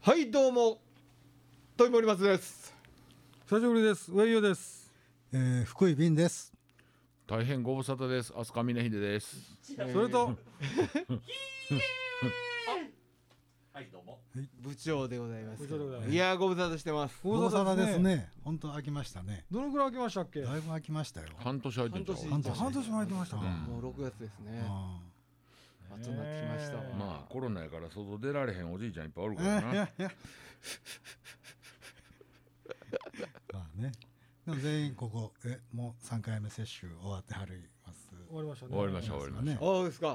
はいどうもトイモリマツです。 久しぶりです。上湯です。 福井便です。 大変ご無沙汰です。飛鳥峰秀です。 それとはいどうも部長でございます。 部長でございますいやご無沙汰してます。 ご無沙汰ですね。本当飽きましたね。 どのくらい空きましたっけ？ だいぶ飽きましたよ。 半年空いてんちゃう。 半年半年も空いてましたか。 もう6月ですね。暑くなってきましたわ。 まあコロナやから外出られへんおじいちゃんいっぱいおるからな。 まあね。でも全員ここもう3回目接種終わってはります。 終わりましたね。 終わりました終わりました。 ああですか。 はい。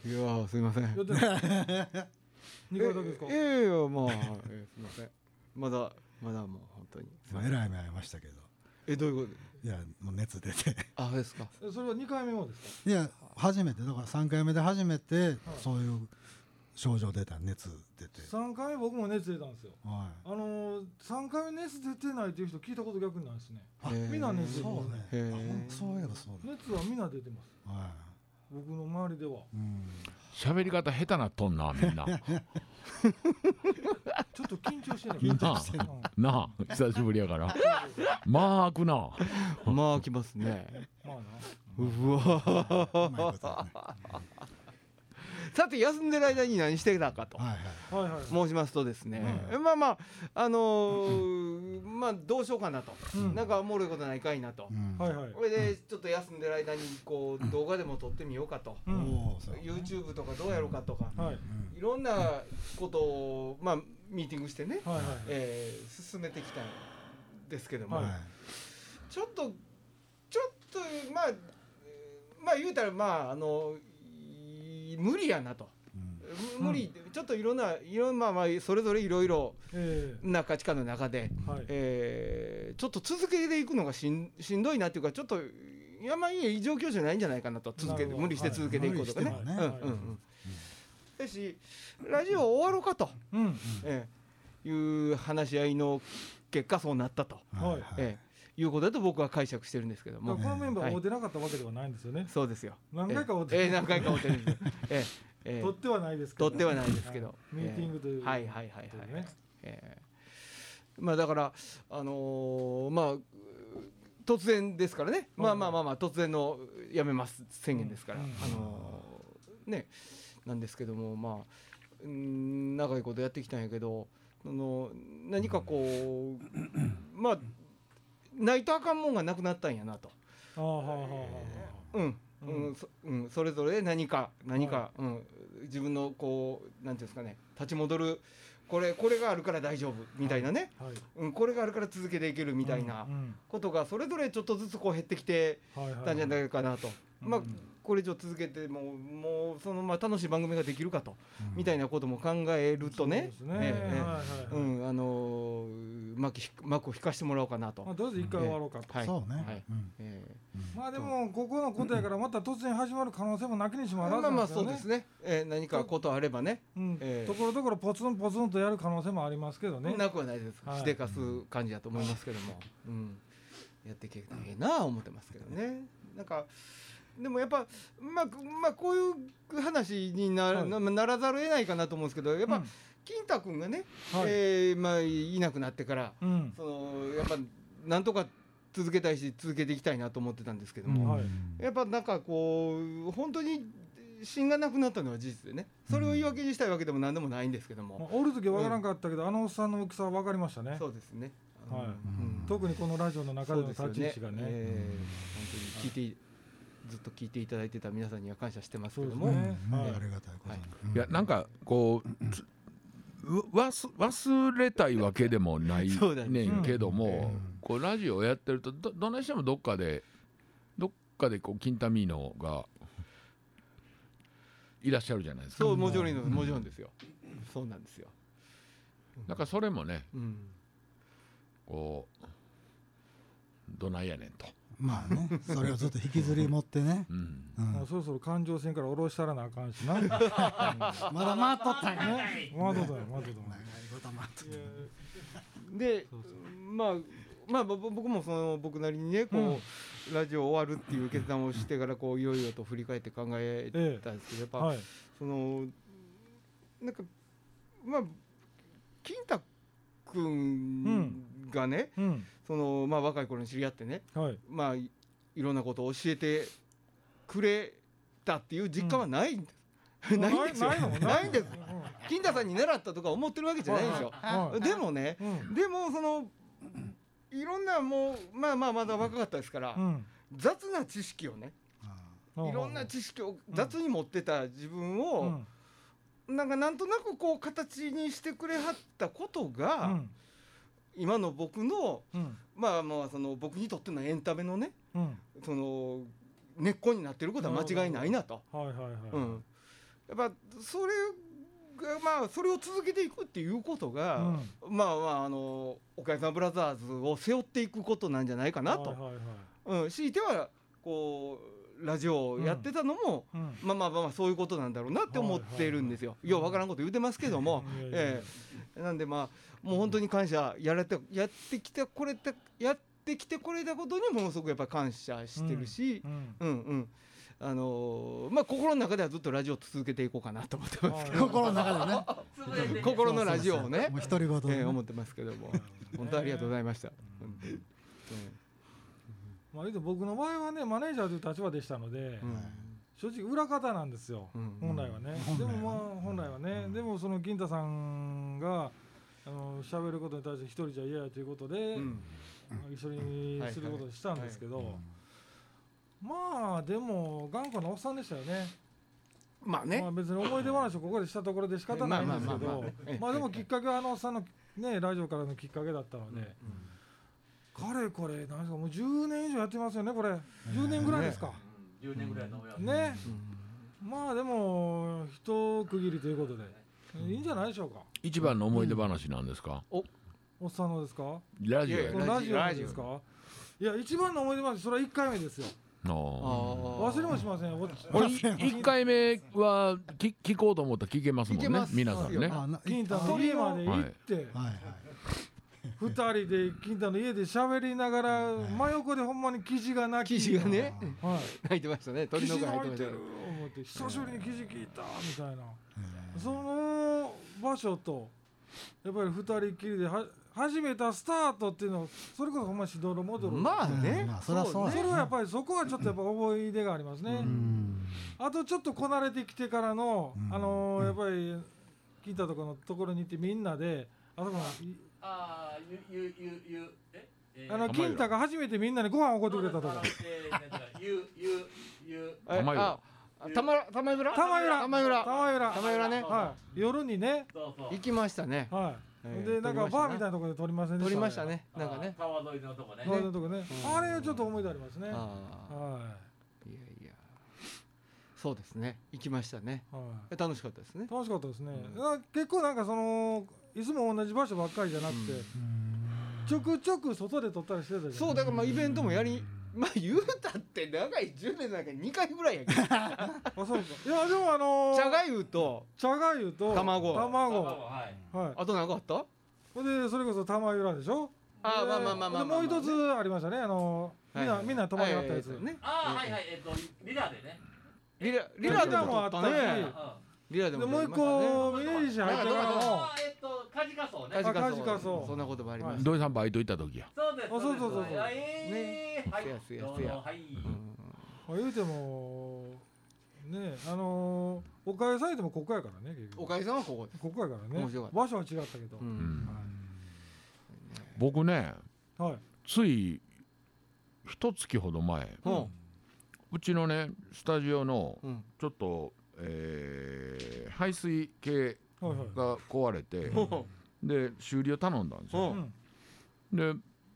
いやーすいません。 やってない。2回だけですか？ いやまあすいません。まだもう本当に。 まあえらい目合いましたけど。 どういうこと？ いやもう熱出て。 あですか。 それは2回目もですか？ いや初めてだから3回目で初めてそういう症状出た熱出て。 3回目僕も熱出たんですよ。 は 3回目熱出てないっていう人聞いたこと逆にないですね。 い。 みんな熱い。そう出てますね。 ね。そういえばそうだ。 熱はみんな出てます。 は僕の周りでは。 い。うん。 喋り方下手なっとんなみんな。 ちょっと緊張してる。 緊張してるなあ久しぶりやから。まあ開くな。 まあ来ますね。 まあな。 うわ。 うまいことだね。 さて休んでる間に何してたかと。 はいはいはい。 申しますとですね、まあまあどうしようかなと、なんかおもろいことないかいなと、 はい。 はいはい。 これでちょっと休んでる間にこう動画でも撮ってみようかと、 うんおーそうね YouTube とかどうやろうかとか、 はいいろんなことをまあミーティングしてね、 はいはい。 進めてきたんですけども、 はいちょっとまあ言うたら無理やなと。無理ちょっといろんなまあそれぞれいろいろな価値観の中で、 はいちょっと続けていくのがしんどいなっていうかちょっといい状況じゃないんじゃないかなと無理して続けていくことがね。 無理してもねだしラジオ終わろうかと、 うんいう話し合いの結果そうなったと、 はいいうことだと僕は解釈してるんですけども、 このメンバー会うてなかったわけではないんですよね。 そうですよ。 何回か会うてる。 何回か会うてるんです。 取ってはないですけど。 取ってはないですけど、 ミーティングという。 はいまあだからまあ突然ですからね、まあ突然のやめます宣言ですから、ねなんですけども、まあ長いことやってきたんやけど、何かこうまあないとあかんもんがなくなったんやなと。それぞれ何か、自分のこうなんていうんですかね、立ち戻るこれがあるから大丈夫みたいなね、これがあるから続けていけるみたいなことがそれぞれちょっとずつこう減ってきてたんじゃないかなと。まあこれ以上続けてもうその楽しい番組ができるかと、みたいなことも考えるとね、幕を引かしてもらおうかなと。 どうぞ一回終わろうかと。 そうね。 まあでもここのことやからまた突然始まる可能性もなきにしもあらずなんですよね。 そうですね。何かことあればね。 ところどころポツンポツンとやる可能性もありますけどね。 なくはないです。しでかす感じだと思いますけども、やっていけたらいいなあ思ってますけどね。なんかでもやっぱまあこういう話にならざるを得ないかなと思うんですけど、やっぱ金太君がね、まあいなくなってから、そのやっぱなんとか続けたいし続けていきたいなと思ってたんですけども、やっぱなんかこう本当に芯がなくなったのは事実でね、それを言い訳にしたいわけでも何でもないんですけども、 おる時は分からんかったけど、あのおっさんの大きさは分かりましたね。 そうですね。 特にこのラジオの中での立ち位置がね、 本当にずっと聞いていただいてた皆さんには感謝してますけども、 ありがたいことに。 いやなんかこう忘れたいわけでもないねんけども、こうラジオをやってるとどないしてもどっかでこうキンタミーノがいらっしゃるじゃないですか。 そうもちろんですよ。そうなんですよ。 なんかそれもね、こうどないやねんと。 まあね、それをずっと引きずり持ってね。 そろそろ環状線から下ろしたらなあかんしな。 まだ回っとったんやね。 回っとったよ。 で、まあ僕も僕なりにねこうラジオ終わるっていう決断をしてからこういろいろと振り返って考えたんですけど、やっぱそのなんかまあ金太くんがね、若い頃に知り合ってね、いろんなことを教えてくれたっていう実感はないんです、ないんですよ、ないんです。金太さんに習ったとか思ってるわけじゃないんですよ。でもね、でもいろんなもうまだ若かったですから、雑な知識をね、いろんな知識を雑に持ってた自分を、なんとなくこう形にしてくれはったことが、今の僕の、僕にとってのエンタメのね、根っこになってることは間違いないなと。やっぱそれがそれを続けていくっていうことが、岡山ブラザーズを背負っていくことなんじゃないかなと。強いてはこうラジオをやってたのも、そういうことなんだろうなって思ってるんですよ。ようわからんこと言うてますけども、なんでもう本当に感謝、やってきてこれたことにものすごくやっぱ感謝してるし、心の中ではずっとラジオ続けていこうかなと思ってますけど、 心の中でね心のラジオをね、 独り言で思ってますけども、本当ありがとうございました。 僕の場合はね、マネージャーという立場でしたので、正直裏方なんですよ、本来はね。でも本来はね、でもその金太さんが喋ることに対して一人じゃ嫌やということで、一緒にすることにしたんですけど、でも頑固なおっさんでしたよね。別に思い出話をここでしたところで仕方ないんですけど、でもきっかけはおっさんのね、ラジオからのきっかけだったので、かれこれ何ですか、もう10年以上やってますよね。これ10年ぐらいですか。 10年ぐらいのね。でも一区切りということでいいんじゃないでしょうか。 一番の思い出話なんですか。 おっさんのですか。 ラジオですか。いや、一番の思い出話、それは1回目ですよ。忘れもしませんよ。 1回目は聞こうと思ったら聞けますもんね、皆さんね。 金太の家まで行って2人で金太の家で喋りながら、真横でほんまにキジが泣き、 キジがね泣いてましたね。鳥の声泣いてる思って久しぶりにキジ聞いたみたいな、その場所とやっぱり2人きりで始めたスタートっていうのを、それこそほんましどろもどろ、それはやっぱりそこはちょっとやっぱ思い出がありますね。あとちょっとこなれてきてからのやっぱり金太とかのところに行ってみんなで金太が初めてみんなにご飯をおごってくれたとこ。 玉浦ね。 夜にね行きましたね。 でなんかバーみたいなところで撮りませんでした。 撮りましたね。なんかね。 川沿いのとこね。 あれちょっと思い出ありますね。 いやそうですね。行きましたね。楽しかったですね。 楽しかったですね。結構なんかいつも同じ場所ばっかりじゃなくて、ちょくちょく外で撮ったりしてたじゃないですか。 そうだからイベントも言うたって長い10年の中に2回ぐらいやけど。 そうですか。いやでも茶がゆと卵、あと何かあった？ でそれこそ玉浦でしょ。もう一つありましたね。みんな泊まりあったやつね。 リラでね。 リラもあったね。リラでもう一個峯岸入ってからもカジカソね。 カジカソ。 そんなこともありました。 土井さんバイト行った時や。 そうです。 ね。 言うてもね、岡谷さんいてもここやからね。 岡谷さんはここやからね。場所は違ったけど。 僕ね、つい1月ほど前、うちのねスタジオのちょっと排水系が壊れて、で修理を頼んだんですよ。で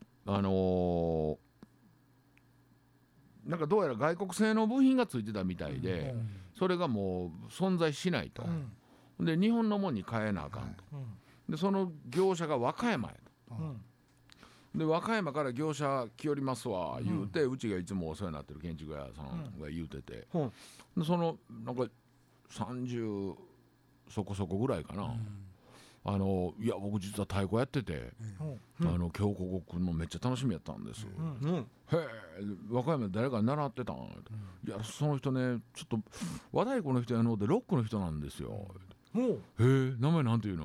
なんかどうやら外国製の部品がついてたみたいで、それがもう存在しないと。で日本のもんに変えなあかんと。でその業者が和歌山やと。で和歌山から業者来よりますわ言うて、うちがいつもお世話になってる建築屋さんが言うてて、でそのなんか30そこそこぐらいかな、いや僕実は太鼓やってて、今日ここ来るのめっちゃ楽しみやったんです、へえ和歌山で誰か習ってたん、いやその人ねちょっと和太鼓の人やのでロックの人なんですよ、へえ名前なんていうの、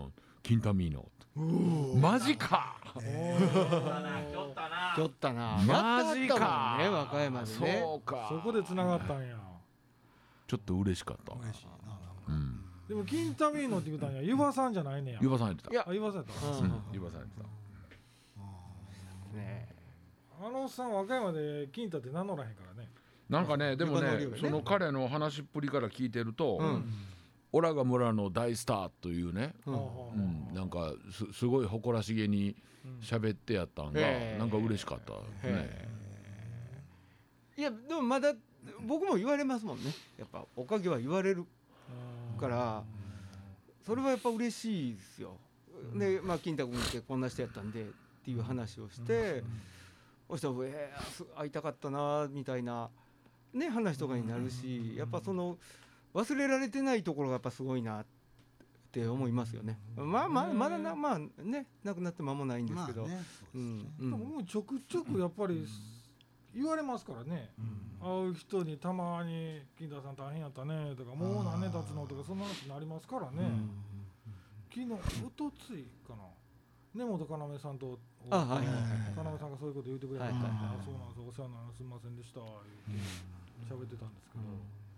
キンタミーノマジかきょったなちょったなマジかやってはったもんね和歌山でねそうかそこで繋がったんや。 ちょっと嬉しかった嬉しいな。 うんでもキンタミーノって言うたんや湯葉さんじゃないねや。 湯葉さん言ってたいやあ湯葉さんやった。 うん湯葉さん言ってたねあのおっさん和歌山で金太って名乗らへんからね。 なんかねでもね湯葉の量ねその彼の話っぷりから聞いてるとうんオラが村の大スターというねなんかすごい誇らしげに喋ってやったんがなんか嬉しかったねいやでもまだ僕も言われますもんねやっぱおかげは言われるからそれはやっぱ嬉しいですよでまあ金太君ってこんな人やったんでっていう話をしてそしたら会いたかったなみたいなね話とかになるしやっぱその忘れられてないところがやっぱすごいなって思いますよねまだまあね亡くなって間もないんですけどまあねでももうちょくちょくやっぱり言われますからね。会う人にたまに「金太さん大変やったね」とか「もう何年経つの?」とかそんな話になりますからね。昨日おとついかな根本要さんと要さんがそういうこと言ってくれたんで「そうなんですお世話になりますすみませんでした」言って喋ってたんですけど。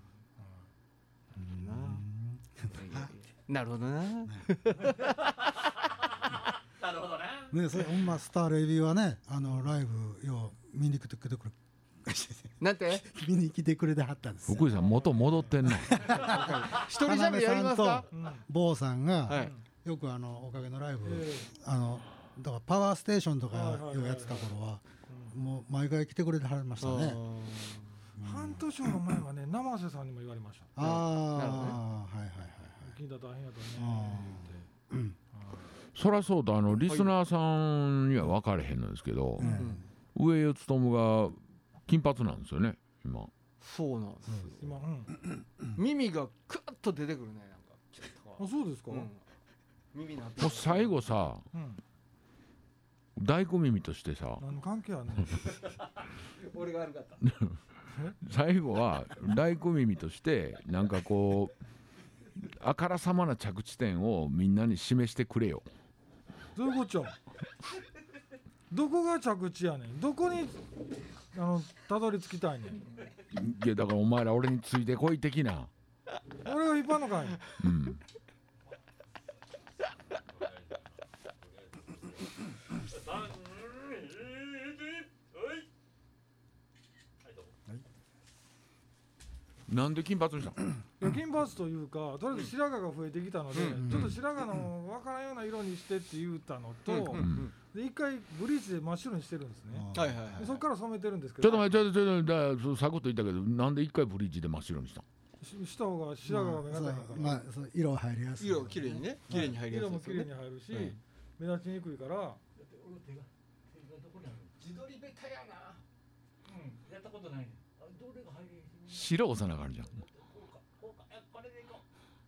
なるほどななるほどねねそれほんまスターレビューはねライブよう見に来てくれなんて見に来てくれてはったんですよ。 福井さん元戻ってんの一人喋りやりますか坊さんが、 はいよくおかげのライブ、だからパワーステーションとかようやってた頃は、もう毎回来てくれてはりましたね。 半年ほど前はね生瀬さんにも言われました。 ああ、はいはいはい金太大変やったねって。 そらそうとリスナーさんには分かれへんのですけど上与勉が金髪なんですよね今そうなんですよ今耳がクッと出てくるねなんかあそうですか。 耳なってもう最後さ大工耳としてさ何関係あんねん。 俺が悪かった最後は大工耳としてなんかこうあからさまな着地点をみんなに示してくれよ。 どういうことや。どこが着地やねん。どこにたどり着きたいねん。 いやだからお前ら俺についてこい的な。 俺が引っ張んのかい。 うんなんで金髪にしたの？ いや金髪というかとりあえず白髪が増えてきたので、ちょっと白髪の分からんような色にしてって言うたのと、で一回ブリーチで真っ白にしてるんですね。 はいはいはいでそこから染めてるんですけちょど。 っと待ってちょっとサクッと言ったけどなんで一回ブリーチで真っ白にしたの？ した方が白髪が目立たないから。 まあそう色入りやすい。 色きれいにねきれいに入りやすい色も綺麗ですよねに入るし、目立ちにくいから。 自撮りベタやなやったことないねどれが入り白押さなあかんじゃん。 これでいこ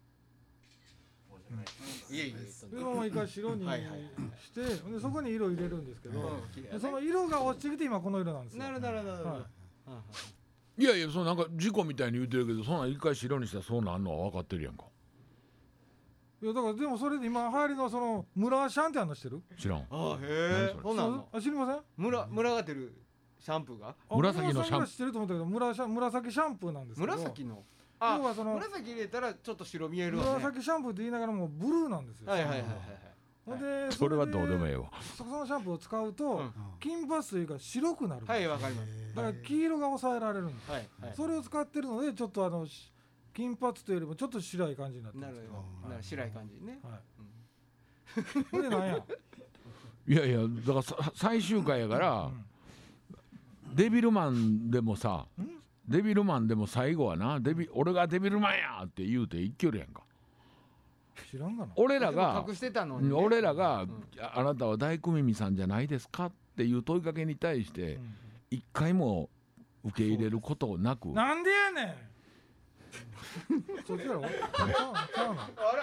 ういえいえそのまま一回白にしてでそこに色入れるんですけど、 綺麗でその色が落ちてきて今この色なんですよ。 なるなるなるはいいやいやそのなんか事故みたいに言ってるけどそんなん一回白にしたらそうなんのは分かってるやんか。 いやだからでもそれで今流行りのそのムラシャンって話してる？ 知らん。 あへえそうなのあ知りません？ 群がってるシャンプーがあ紫のシャンプー村さんが知ってると思ったけど紫シャンプーなんですけど。 紫の要はその紫入れたらちょっと白見えるわね紫シャンプーって言いながらもブルーなんですよ。 はいはいはいはいほんでそれはどうでもええわ。 そのシャンプーを使うと金髪というか白くなる。 はいわかりますだから黄色が抑えられるんです。 はいはいそれを使ってるのでちょっと金髪というよりもちょっと白い感じになってるんですなるほどなる白い感じねはい。これなんや。 いやいやだから最終回やからデビルマンでもさデビルマンでも最後はな俺がデビルマンやって言うて一挙やんか。 知らんがな。 俺らが隠してたのにね俺らがあなたは大工耳さんじゃないですかっていう問いかけに対して一回も受け入れることなくなんでやねん。そっちやろ。ちゃうの。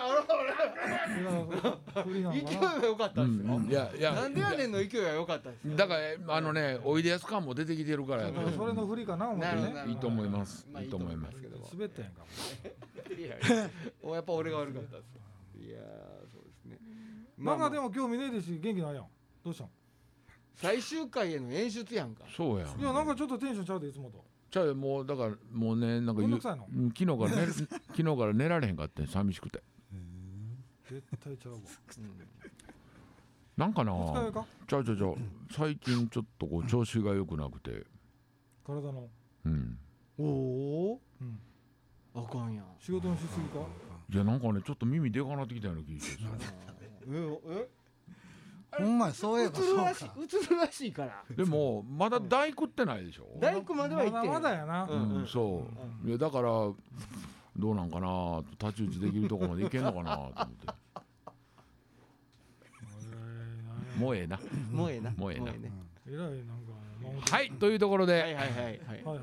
勢いは良かったですよいやいやなんでやねんの勢いは良かったですだからおいでやす感も出てきてるからやとそれの振りかな思ってね。 いいと思いますまあいいと思いますけど滑ったやんか。 やっぱ俺が悪かったですいやそうですねなんかでも今日見ねえでし元気ないやん。どうしたん？ 最終回への演出やんか。 そうやん。 いやなんかちょっとテンションちゃうでいつもと。 じゃあもうだからもうねなんかめんどくさいの？ 昨日から寝られへんかって寂しくて。 絶対ちゃうわ。 なんかな。 二日酔いか？ ちゃう最近ちょっとこう調子が良くなくて。 体の。 うん。 おお。 うん。 あかんやん。 仕事のしすぎか？ いやなんかねちょっと耳でかなってきたような気がしてさ。 ほんまやそういえばそうか。 映るらしいから。 でもまだ大工ってないでしょ。 大工までは行ってまだやな。 うんそう。いやだからどうなんかな太刀打ちできるとこまでいけんのかなと思って。もうええな。 もうええな。 もうええな。 えらいなんか。 はいというところで。 はいはいはい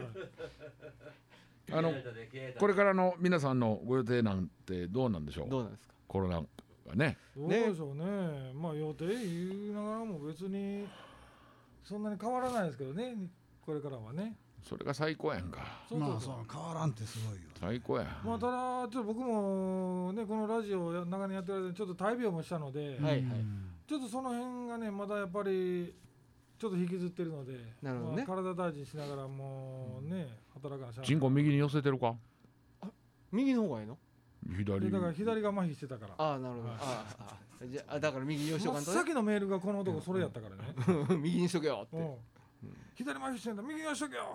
はい。これからの皆さんのご予定なんてどうなんでしょう。 どうなんですか。 コロナがね。 どうでしょうね。まあ予定言いながらも別にそんなに変わらないですけどね。これからはね。 それが最高やんか。 まあそう変わらんってすごいよ。 最高や。 まあただちょっと僕もねこのラジオを長年やってる間にちょっと大病もしたので、 はいはい。 ちょっとその辺がねまだやっぱりちょっと引きずってるので、 なるほどね。 体大事にしながらもうね働かなきゃ。 チンコ右に寄せてるか。 右の方がいいの？ 左。 だから左が麻痺してたから。 ああなるほど。ああじゃあだから右に寄しとかんとね。 さっきのメールがこの男それやったからね。 右にしとけよって。 左麻痺してんだ右に寄しとけよ。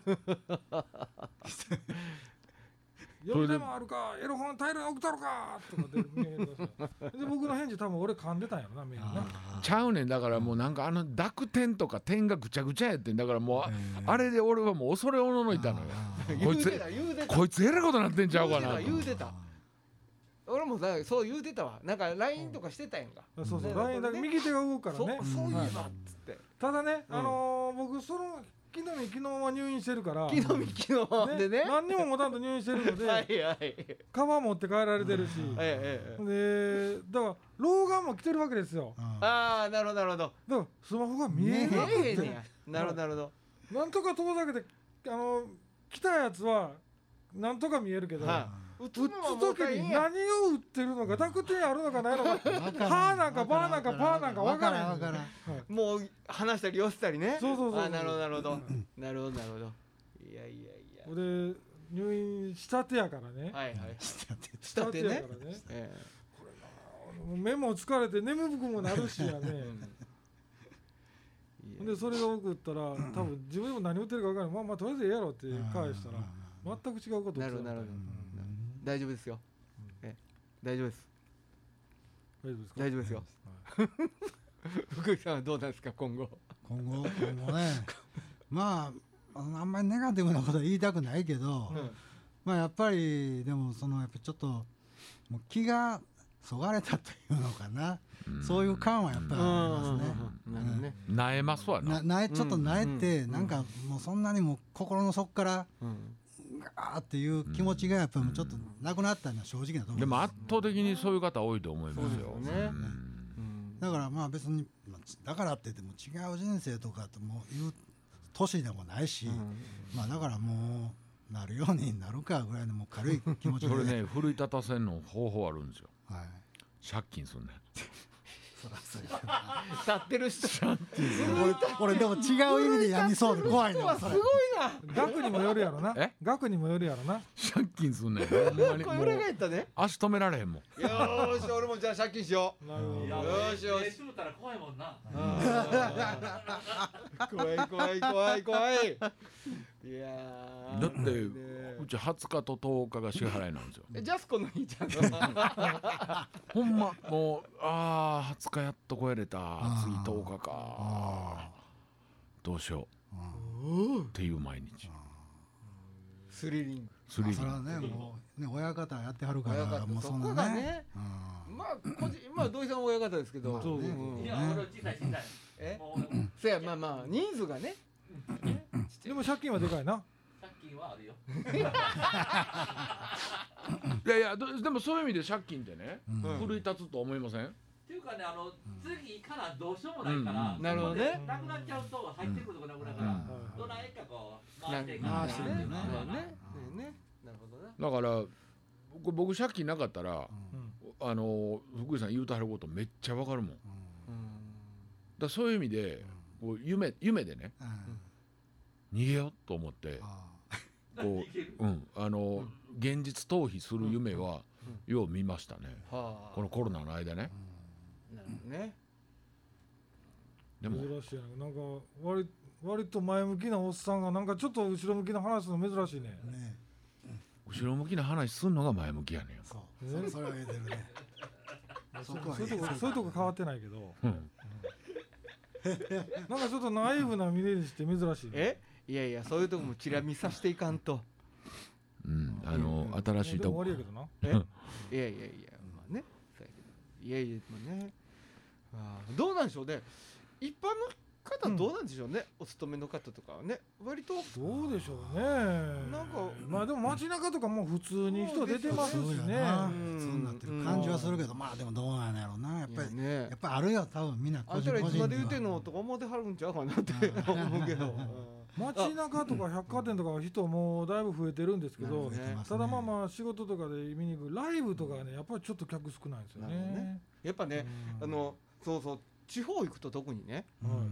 読みでもあるかエロ本タイルに送ったのかとかで僕の返事多分俺噛んでたんやろなメールな。 ちゃうねんだからもうなんか濁点とか点がぐちゃぐちゃやってんだからもうあれで俺はもう恐れおののいたのよ。こいつえらいことなってんちゃうかな。 言うてた。俺もさそう言うてたわ。なんか LINE とかしてたやんか。 そうそう LINE だけ右手が動くからね。 そういえばっつって。 ただね僕その昨日は入院してるから昨日でね何にも持たんと入院してるのではいはいカバン持って帰られてるしでだから老眼も来てるわけですよ。 ああなるほどなるほど。 だからスマホが見えなくてなるほどなるほど。 なんとか遠ざけて来たやつはなんとか見えるけど打つ時に何を打ってるのか濁点あるのかないのかはーなんかバーなんかパーなんか分からん。もう話したり寄せたりね。 そうなるほどなるほどなるほどなるほど。いやで入院したてやからね。 はいはいしたてやからね。目も疲れて眠くもなるしやね。でそれが送ったら多分自分でも何打ってるか分からない。まあとりあえずええやろって返したら全く違うことなるほどなるほど。大丈夫ですよ。大丈夫です。大丈夫ですよ。福井さんはどうなんですか今後ね。まああんまりネガティブなことは言いたくないけど、まあやっぱりでもやっぱちょっともう気がそがれたというのかな。そういう感はやっぱりありますね。 なえますわな。 ちょっとなえてなんかもうそんなにも心の底からガーっていう気持ちがやっぱりちょっとなくなったのは正直なところでも圧倒的にそういう方多いと思いますよ。 だからまあ別にだからって言っても違う人生とかともいう年でもないし、まあだからもうなるようになるかぐらいのもう軽い気持ちで。 それね奮い立たせんの方法あるんですよ。借金すんねん。 立ってる人俺でも違う意味でやみそうで怖いな。 すごいな。 額にもよるやろな。額にもよるやろな。 借金すんねん。 これ裏返ったね。 足止められへんもん。 よーし俺もじゃあ借金しよう。よーしよし。 住むたら怖いもんな。 怖い。いやだってうち20日と10日が支払いなんですよ。 ジャスコの日ちゃんほんまもう20日やっと超えれた次10日かどうしようっていう毎日。 スリリング。 それはねもうね親方やってはるからもうそんなね。 まあ土井さんは親方ですけど。 いや俺小さい。 せやまあ人数がね。 でも借金はでかいな。 借金はあるよ。 いやでもそういう意味で借金ってね奮い立つと思いません？ っていうかね次からどうしようもないからなるほどね。 なくなっちゃうと入ってくるとこなくなるからどないかこう回していく。 ね。なるほどな。 だから僕借金なかったら福井さん言うてはることめっちゃわかるもん。だそういう意味でこう夢でね、逃げようと思ってこう、現実逃避する夢はよう見ましたね、このコロナの間ね。 なるほどね。 でも珍しいな、なんか割と前向きなおっさんがなんかちょっと後ろ向きな話すの珍しいね。 後ろ向きな話すんのが前向きやねん。 それは言えてるね。 そういうとこ変わってないけど、なんかちょっとナイーブな見れるして珍しいね。 いやいや、そういうとこもチラ見させていかんと。 新しいとこ。 でも終わりやけどな。 いやまあね。いやまあね。どうなんでしょうね。一般の方どうなんでしょうね、お勤めの方とかはね、割とどうでしょうね。 なんかまあでも街中とかも普通に人出てますしね。 普通になってる感じはするけど、まあでもどうなんやろうな、やっぱりあるよ、多分みんな個人個人には。あんたらいつまで言うてんのとか思ってはるんちゃうかなって思うけど。 街中とか百貨店とかは人もだいぶ増えてるんですけど、ただまあ仕事とかで見に行くライブとかね、やっぱりちょっと客少ないんですよね。 やっぱね、そう地方行くと特にね、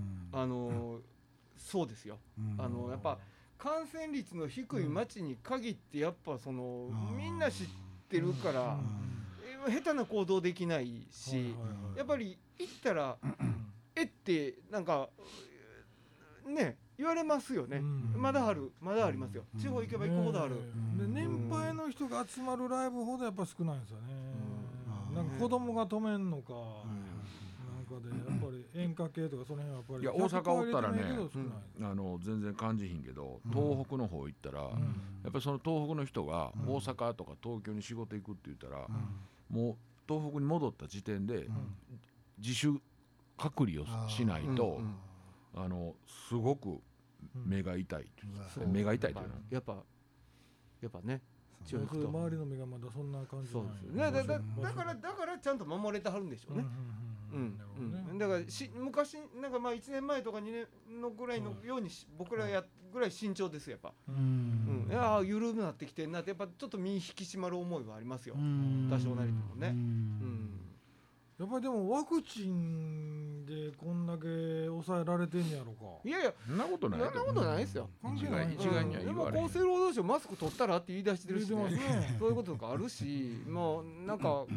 そうですよ。やっぱ感染率の低い町に限ってやっぱみんな知ってるから下手な行動できないし、やっぱり行ったらってなんかね言われますよね。まだありますよ。地方行けば行くほどある。 で年配の人が集まるライブほどやっぱ少ないんですよね。なんか子供が止めんのか。でやっぱり演歌系とかその辺はやっぱり、 いや大阪おったらね、全然感じひんけど、東北の方行ったら、やっぱりその東北の人が大阪とか東京に仕事行くって言ったら、もう東北に戻った時点で自主隔離をしないと、すごく目が痛いっていう、目が痛いというのやっぱね。 周りの目がまだそんな感じ。 そうですよね。だからちゃんと守れてはるんでしょうね。だから昔なんかまあ1年前とか2年のぐらいのように僕らぐらい慎重ですよやっぱ。いや緩くなってきてんなってやっぱちょっと身引き締まる思いはありますよ。多少なりともね。 やっぱりでもワクチンでこんだけ抑えられてんやろか。 いやそんなことない。 そんなことないですよ。 関係ない。 一概には言われへん。 でも厚生労働省マスク取ったらって言い出してるしね。そういうこととかあるし、もうなんか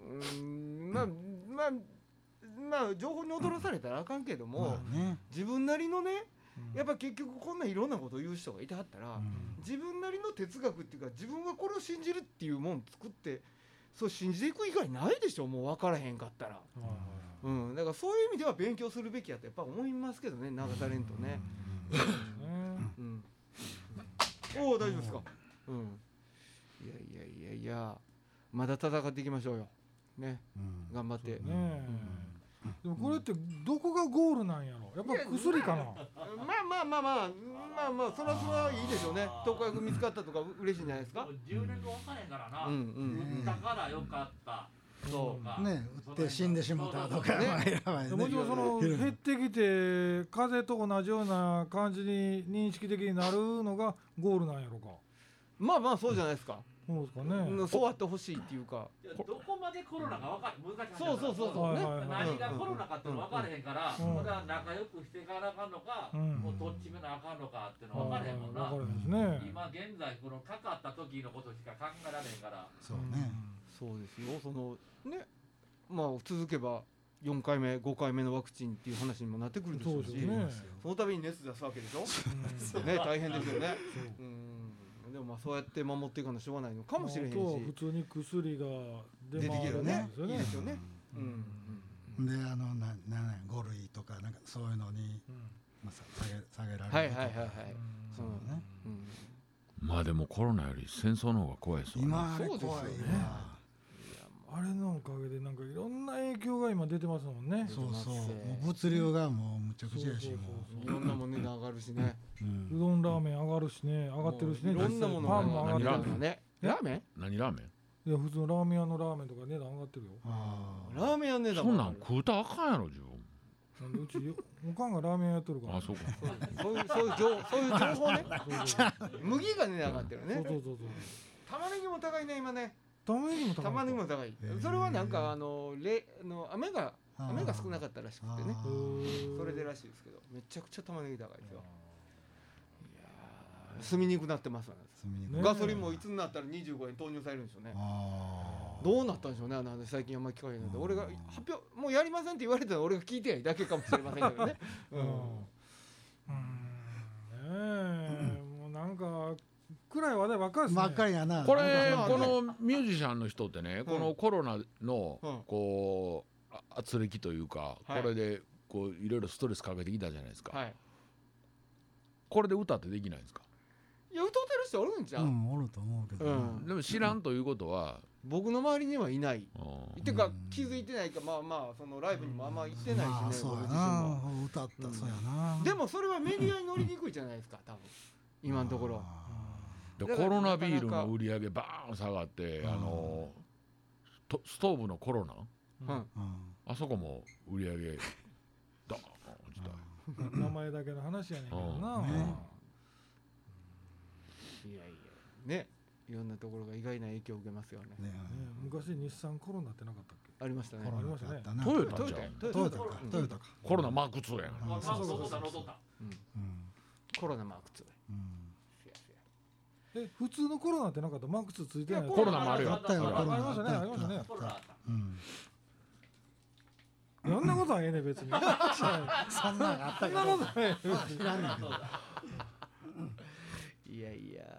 まあ情報に踊らされたらあかんけども、自分なりのね、やっぱ結局こんないろんなことを言う人がいてはったら、自分なりの哲学っていうか自分はこれを信じるっていうもん作って。そう信じていく以外ないでしょ、もう分からへんかったら。だからそういう意味では勉強するべきやとやっぱ思いますけどね、流されんとね。おお大丈夫ですか。いやまだ戦っていきましょうよね、頑張って。 でもこれってどこがゴールなんやろ。やっぱ薬かな。 まあそれはいいでしょうね。特約見つかったとか嬉しいんじゃないですか。 10年後分からへんからな。打ったからよかった。そうか。 ね、打って死んでしまったとか。 もちろんその減ってきて風邪と同じような感じに認識的になるのがゴールなんやろか。 まあそうじゃないですか。 そうですかね。 そうあってほしいっていうか。 どこまでコロナが分かる難しい。 そうね。 何がコロナかって分からへんから、これは仲良くしていかなあかんのか、もうどっちめなあかんのかっていうの分からへんもんな。今現在このかかった時のことしか考えられへんから。 そうね。 そうですよ。ね、まあ続けば4回目5回目のワクチンっていう話にもなってくるでしょうし、その度に熱出すわけでしょ。ね、大変ですよね。でもまあそうやって守っていかなしょうがないのかもしれへんし、 普通に薬が出てきるね、いいですよね。 で5類とかなんかそういうのに下げられるとか。 そうね。 まあでもコロナより戦争の方が怖いですよね。 今あれ怖いわ。 あれのおかげでなんかいろんな影響が今出てますもんね。 そう物流がもうむちゃくちゃやし、いろんなもの値段上がるしね。 うどんラーメン上がるしね、上がってるしね。 いろんなものパンも上がってるね。 ラーメン？ 何ラーメン？ いや普通のラーメン屋のラーメンとか値段上がってるよ。 ラーメン屋値段。 そんなん食うたらあかんやろ自分。 うちおかんがラーメンやっとるから。 そうか。 そういう情報ね。麦が値段上がってるね。 そう。 玉ねぎも高いね今ね。 玉ねぎも高い。 玉ねぎも高い。それはなんか雨が少なかったらしくてね。それでらしいですけど、めちゃくちゃ玉ねぎ高いですよ。住みにくくなってますわね。ガソリンもいつになったら25円投入されるんでしょうね。どうなったんでしょうね。最近あんまり聞かないので、俺が発表もうやりませんって言われたら俺が聞いてないだけかもしれませんけどね。 もうなんか暗い話題ばっかりですね。 ばっかりやな。 このミュージシャンの人ってね、このコロナのこう圧力というか、これでこういろいろストレスかけてきたじゃないですか。これで歌ってできないんですか。 いや、歌ってる人おるんちゃう。 おると思うけど。 でも知らんということは僕の周りにはいない。っていうか気づいてないか、まあそのライブにもあんま行ってないしね。 そうやな。歌ったそうやな。 でもそれはメディアに乗りにくいじゃないですか、多分今のところ。 コロナビールの売り上げバーン下がって、ストーブのコロナ、あそこも売り上げドーン落ちた。 名前だけの話やねんけどな。 いやね、いろんなところが意外な影響を受けますよね。 昔日産コロナってなかったっけ。 ありましたね。 ありましたね。 トヨタじゃん。 トヨタか。 コロナマーク2やん。 コロナマーク 2。普通のコロナってなかった。マーク2ついてない。 コロナもあるよ。 ありましたね。ありましたね。いろんなことはええね別に。そんなあったけど。 知らんねんけど。 いやいや。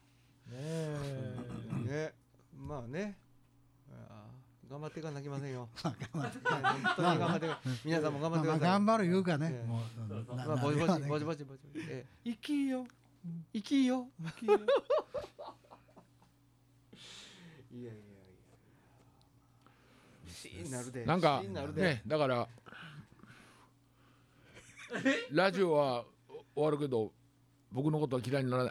ね、 まあね。頑張っていかなきゃいけませんよ。本当に頑張って、皆さんも頑張ってください。 頑張るいうかね。 ぼちぼち。 生きよ。 生きよ。いや。 なんかね、だからラジオは終わるけど僕のことは嫌いにならない。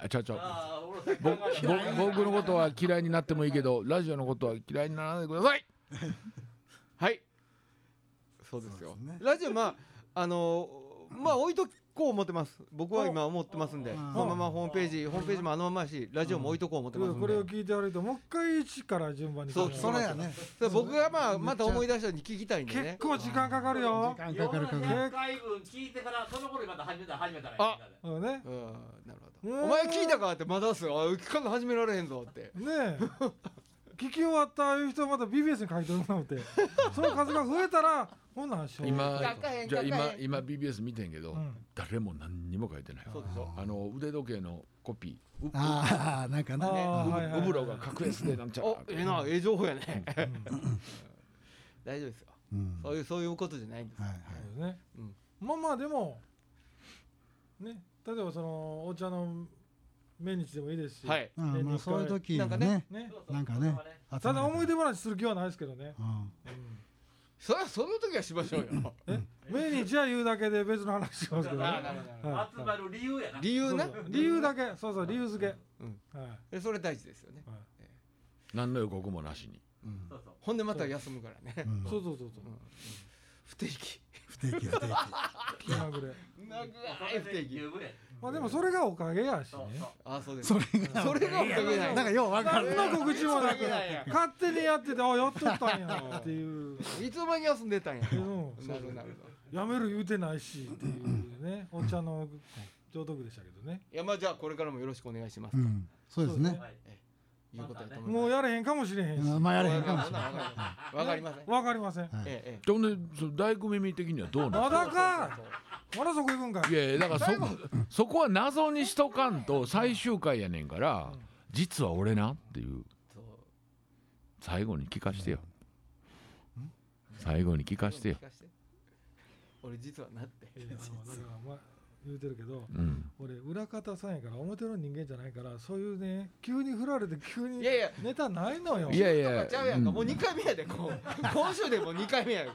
僕のことは嫌いになってもいいけどラジオのことは嫌いにならないでください。 はい、そうですよ。ラジオまあ置いとこう思ってます。僕は今思ってますんで、そのままホームページもあのままやし、ラジオも置いとこう思ってますんで。 これを聞いて歩いてもう一回一から順番に。 そうそれやね。僕がまた思い出したように聞きたいんでね。 結構時間かかるよ。 400回分聞いてからその頃にまた始めたらいい。 あ、ね。 なるほど。お前聞いたかってまだっすよ。聞かんの始められへんぞって。 ねえ。聞き終わったいう人また BBS に書いてもらって、その数が増えたらほんなら今 BBS 見てんけど、誰も何にも書いてない。腕時計のコピー、なんかね、 ウブロが格 S でなんちゃう。 ええ情報やね。大丈夫ですよ。そういうことじゃないんです。 まあでもね、例えばそのお茶の命日でもいいですし、 そういう時なんかね、 ただ思い出話する気はないですけどね。 その時はしましょうよ。 命日は言うだけで別の話しますけどね。 集まる理由やな。 理由な。 理由だけ、そう理由付け。それ大事ですよね。 何の予告もなしに。 ほんでまた休むからね。 そう。 不定期。 気まぐれ。 長い不定期。 まあでもそれがおかげやしね。 そうです。それがおかげなんかよう分かる。 何の告知もなく勝手にやってて、やっとったんやっていう。 いつの間に休んでたんや。 やめる言うてないしっていうね。お茶の上等句でしたけどね。 いやじゃあこれからもよろしくお願いします。 そうですね。 もうやれへんかもしれへんし。 やれへんかもしれない。 わかりません。 わかりません。 ほんで大工耳的にはどうなの？ まだか。まだそこ行くんか。 いやだからそこは謎にしとかんと最終回やねんから、実は俺なっていう最後に聞かしてよ。最後に聞かしてよ。 俺実はなって。 言うてるけど、俺裏方さんやから表の人間じゃないから、そういうね急に振られて急にネタないのよ。 いやちゃうやんか。もう2回目やで。今週でも2回目や。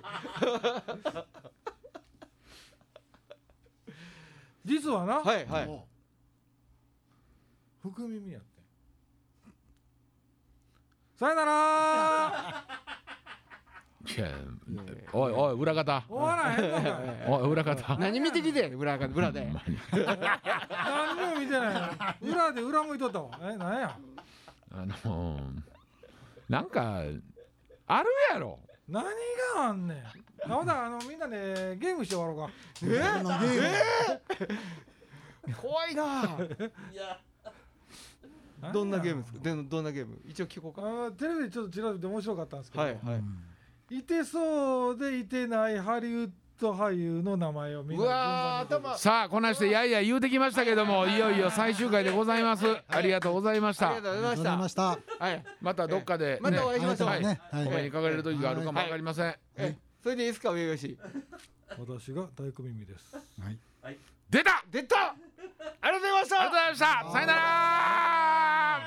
実はな、福耳やって。さよなら。 おい裏方。 終わらへんのか。 おい裏方。 何見てきて裏で。 何にも見てない。裏で裏向いとったわ。何や。 なんかあるやろ。 何があんねん。ほなみんなでゲームして終わろうか。 怖いな。どんなゲームですか。どんなゲーム一応聞こうか。 テレビでちょっとちらっと面白かったんですけど、 はいはい、 いてそうでいてないハリウッド俳優の名前をみんな順番に。 さあこなしてやいや言うてきましたけども、いよいよ最終回でございます。ありがとうございました。 ありがとうございました。 はい、またどっかでまたお会いしましょう。 お目にかかれる時があるかもわかりません。 それでいいですか、上吉。 私が大工耳です。 はい。 出た。 ありがとうございました。 ありがとうございました。さよなら。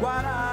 笑